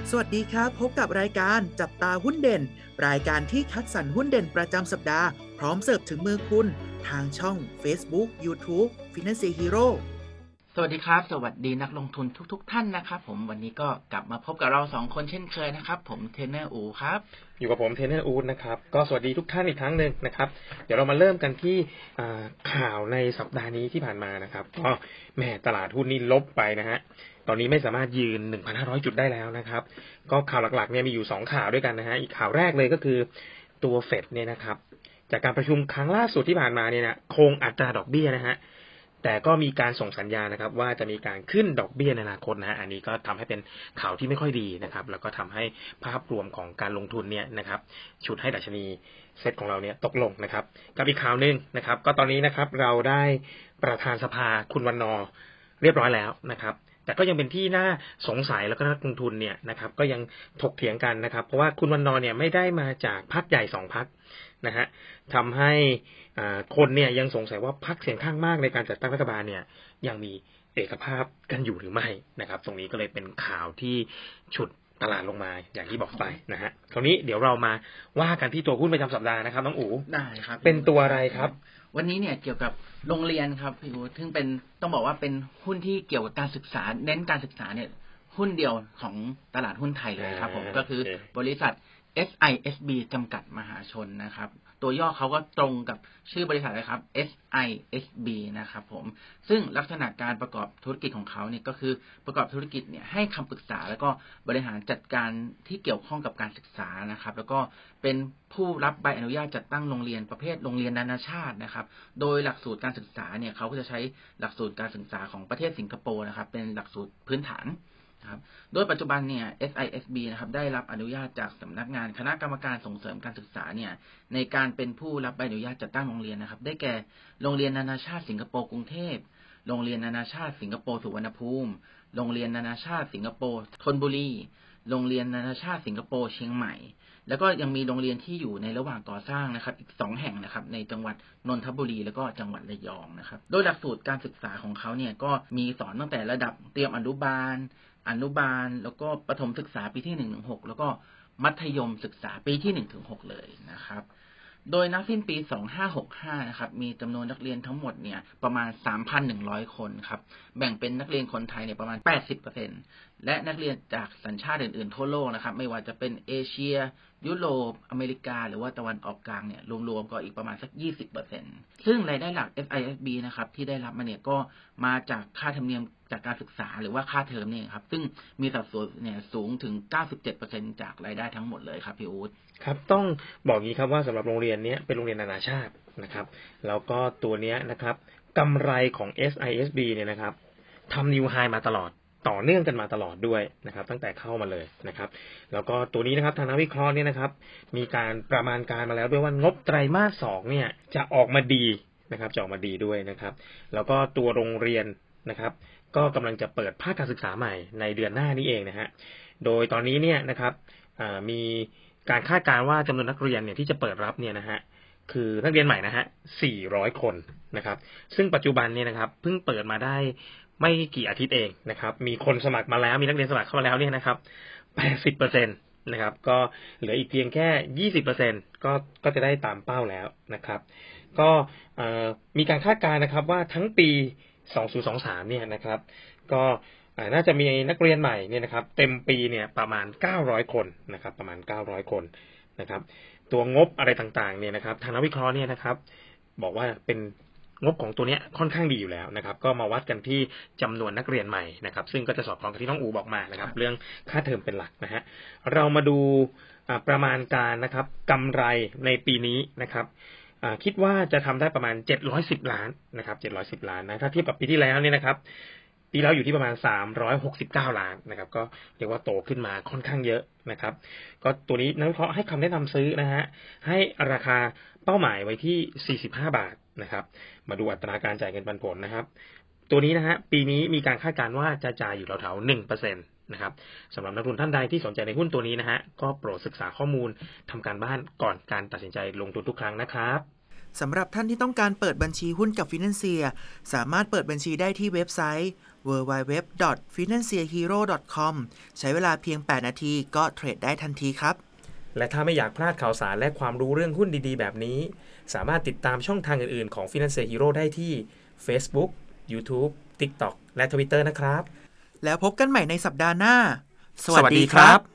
สวัสดีครับพบกับรายการจับตาหุ้นเด่นรายการที่คัดสรรหุ้นเด่นประจำสัปดาห์พร้อมเสิร์ฟถึงมือคุณทางช่อง Facebook YouTube Finance Hero สวัสดีครับสวัสดีนักลงทุนทุกท่านนะครับผมวันนี้ก็กลับมาพบกับเรา2คนเช่นเคยนะครับผมเทรนเนอร์อูครับอยู่กับผมเทรนเนอร์อู๊ดนะครับก็สวัสดีทุกท่านอีกครั้งหนึ่งนะครับเดี๋ยวเรามาเริ่มกันที่ข่าวในสัปดาห์นี้ที่ผ่านมานะครับก็แม่ตลาดหุ้นนี่ลบไปนะฮะตอนนี้ไม่สามารถยืน 1,500 จุดได้แล้วนะครับก็ข่าวหลักๆเนี่ยมีอยู่2ข่าวด้วยกันนะฮะอีกข่าวแรกเลยก็คือตัวเฟดเนี่ยนะครับจากการประชุมครั้งล่าสุดที่ผ่านมาเนี่ยนะคงอัตราดอกเบี้ยนะฮะแต่ก็มีการส่งสัญญาณนะครับว่าจะมีการขึ้นดอกเบี้ยในอนาคตนะฮะอันนี้ก็ทำให้เป็นข่าวที่ไม่ค่อยดีนะครับแล้วก็ทำให้ภาพรวมของการลงทุนเนี่ยนะครับฉุดให้ดัชนีเซ็ตของเราเนี่ยตกลงนะครับกับอีกข่าวนึงนะครับก็ตอนนี้นะครับเราได้ประธานสภาคุณวันนอร์เรียบร้อยแล้วนะครับแต่ก็ยังเป็นที่น่าสงสัยแล้วก็นักลงทุนเนี่ยนะครับก็ยังถกเถียงกันนะครับเพราะว่าคุณวันนอร์เนี่ยไม่ได้มาจากพรรคใหญ่2พรรคนะฮะทำให้คนเนี่ยยังสงสัยว่าพรรคเสียงข้างมากในการจัดตั้งรัฐบาลเนี่ยยังมีเอกภาพกันอยู่หรือไม่นะครับตรงนี้ก็เลยเป็นข่าวที่ฉุดตลาดลงมาอย่างที่บอกไปนะฮะคราวนี้เดี๋ยวเรามาว่ากันที่ตัวหุ้นประจำสัปดาห์นะครับน้องอู๋ได้ครับเป็นตัวอะไรครับวันนี้เนี่ยเกี่ยวกับโรงเรียนครับพี่อูซึ่งเป็นต้องบอกว่าเป็นหุ้นที่เกี่ยวกับการศึกษาเน้นการศึกษาเนี่ยหุ้นเดียวของตลาดหุ้นไทยเลยครับผมก็คือบริษัท SISB จำกัดมหาชนนะครับตัวย่อเขาก็ตรงกับชื่อบริษัทเลยครับ SISB นะครับผมซึ่งลักษณะการประกอบธุรกิจของเขาเนี่ยก็คือประกอบธุรกิจเนี่ยให้คำปรึกษาแล้วก็บริหารจัดการที่เกี่ยวข้องกับการศึกษานะครับแล้วก็เป็นผู้รับใบอนุญาตจัดตั้งโรงเรียนประเภทโรงเรียนนานาชาตินะครับโดยหลักสูตรการศึกษาเนี่ยเขาก็จะใช้หลักสูตรการศึกษาของประเทศสิงคโปร์นะครับเป็นหลักสูตรพื้นฐานโดยปัจจุบันเนี่ย SISB นะครับได้รับอนุญาตจากสำนักงานคณะกรรมการส่งเสริมการศึกษาเนี่ยในการเป็นผู้รับใบอนุญาตจัดตั้งโรงเรียนนะครับได้แก่โรงเรียนนานาชาติสิงคโปร์กรุงเทพโรงเรียนนานาชาติสิงคโปร์สุวรรณภูมิโรงเรียนนานาชาติสิงคโปร์ธนบุรีโรงเรียนนานาชาติสิงคโปร์เชียงใหม่แล้วก็ยังมีโรงเรียนที่อยู่ในระหว่างก่อสร้างนะครับอีก2แห่งนะครับในจังหวัดนนทบุรีแล้วก็จังหวัดระยองนะครับโดยหลักสูตรการศึกษาของเขาเนี่ยก็มีสอนตั้งแต่ระดับเตรียมอนุบาลแล้วก็ประถมศึกษาปีที่ 1-6 แล้วก็มัธยมศึกษาปีที่ 1-6 เลยนะครับโดยณสิ้นปี 2565 นะครับมีจำนวนนักเรียนทั้งหมดเนี่ยประมาณ 3,100 คนครับแบ่งเป็นนักเรียนคนไทยเนี่ยประมาณ 80% และนักเรียนจากสัญชาติอื่นๆทั่วโลกนะครับไม่ว่าจะเป็นเอเชียยุโรปอเมริกาหรือว่าตะวันออกกลางเนี่ยรวมๆก็อีกประมาณสัก 20% ซึ่งรายได้หลัก SISB นะครับที่ได้รับมาเนี่ยก็มาจากค่าธรรมเนียมจากการศึกษาหรือว่าค่าเทอมนี่ครับซึ่งมีสัดส่วนเนี่ยสูงถึง 97% จากรายได้ทั้งหมดเลยครับพี่อู๊ดครับต้องบอกงี้ครับว่าสำหรับโรงเรียนนี้เป็นโรงเรียนนานาชาตินะครับแล้วก็ตัวนี้นะครับกำไรของ SISB เนี่ยนะครับทำนิวไฮมาตลอดต่อเนื่องกันมาตลอดด้วยนะครับตั้งแต่เข้ามาเลยนะครับแล้วก็ตัวนี้นะครับทางนักวิเคราะห์เนี่ยนะครับมีการประมาณการมาแล้วด้วยว่างบไตรมาส2เนี่ยจะออกมาดีนะครับจะออกมาดีด้วยนะครับแล้วก็ตัวโรงเรียนนะครับก็กำลังจะเปิดภาคการศึกษาใหม่ในเดือนหน้านี้เองนะฮะโดยตอนนี้เนี่ยนะครับมีการคาดการณ์ว่าจำนวนนักเรียนเนี่ยที่จะเปิดรับเนี่ยนะฮะคือนักเรียนใหม่นะฮะ400 คนนะครับซึ่งปัจจุบันเนี่ยนะครับเพิ่งเปิดมาได้ไม่กี่อาทิตย์เองนะครับมีคนสมัครมาแล้วมีนักเรียนสมัครเข้ามาแล้วเนี่ยนะครับ 80% นะครับก็เหลืออีกเพียงแค่ 20% ก็จะได้ตามเป้าแล้วนะครับก็มีการคาดการณ์นะครับว่าทั้งปี2023เนี่ยนะครับก็น่าจะมีนักเรียนใหม่เนี่ยนะครับเต็มปีเนี่ยประมาณ900คนนะครับประมาณ900คนนะครับตัวงบอะไรต่างๆเนี่ยนะครับทางนักวิเคราะห์เนี่ยนะครับบอกว่าเป็นงบของตัวนี้ค่อนข้างดีอยู่แล้วนะครับก็มาวัดกันที่จำนวนนักเรียนใหม่นะครับซึ่งก็จะสอดคล้องกับที่น้องอูบอกมานะครับเรื่องค่าเทอมเป็นหลักนะฮะเรามาดูประมาณการนะครับกำไรในปีนี้นะครับคิดว่าจะทำได้ประมาณ710ล้านนะครับ710ล้านนะถ้าเทียบกับปีที่แล้วเนี่ยนะครับปีแล้วอยู่ที่ประมาณ369ล้านนะครับก็เรียกว่าโตขึ้นมาค่อนข้างเยอะนะครับก็ตัวนี้นักวิเคราะห์ให้คำแนะนำซื้อนะฮะให้ราคาเป้าหมายไว้ที่45 บาทนะครับมาดูอัตราการจ่ายเงินปันผลนะครับตัวนี้นะฮะปีนี้มีการคาดการณ์ว่าจะจ่ายอยู่แถวๆ 1% นะครับสำหรับนักลงทุนท่านใดที่สนใจในหุ้นตัวนี้นะฮะก็โปรดศึกษาข้อมูลทำการบ้านก่อนการตัดสินใจลงทุนทุกครั้งนะครับสำหรับท่านที่ต้องการเปิดบัญชีหุ้นกับ Financier สามารถเปิดบัญชีได้ที่เว็บไซต์ www.financierhero.com ใช้เวลาเพียง 8 นาทีก็เทรดได้ทันทีครับและถ้าไม่อยากพลาดข่าวสารและความรู้เรื่องหุ้นดีๆแบบนี้สามารถติดตามช่องทางอื่นๆของ Financier Hero ได้ที่ Facebook, YouTube, TikTok และ Twitter นะครับแล้วพบกันใหม่ในสัปดาห์หน้าสวัสดีครับ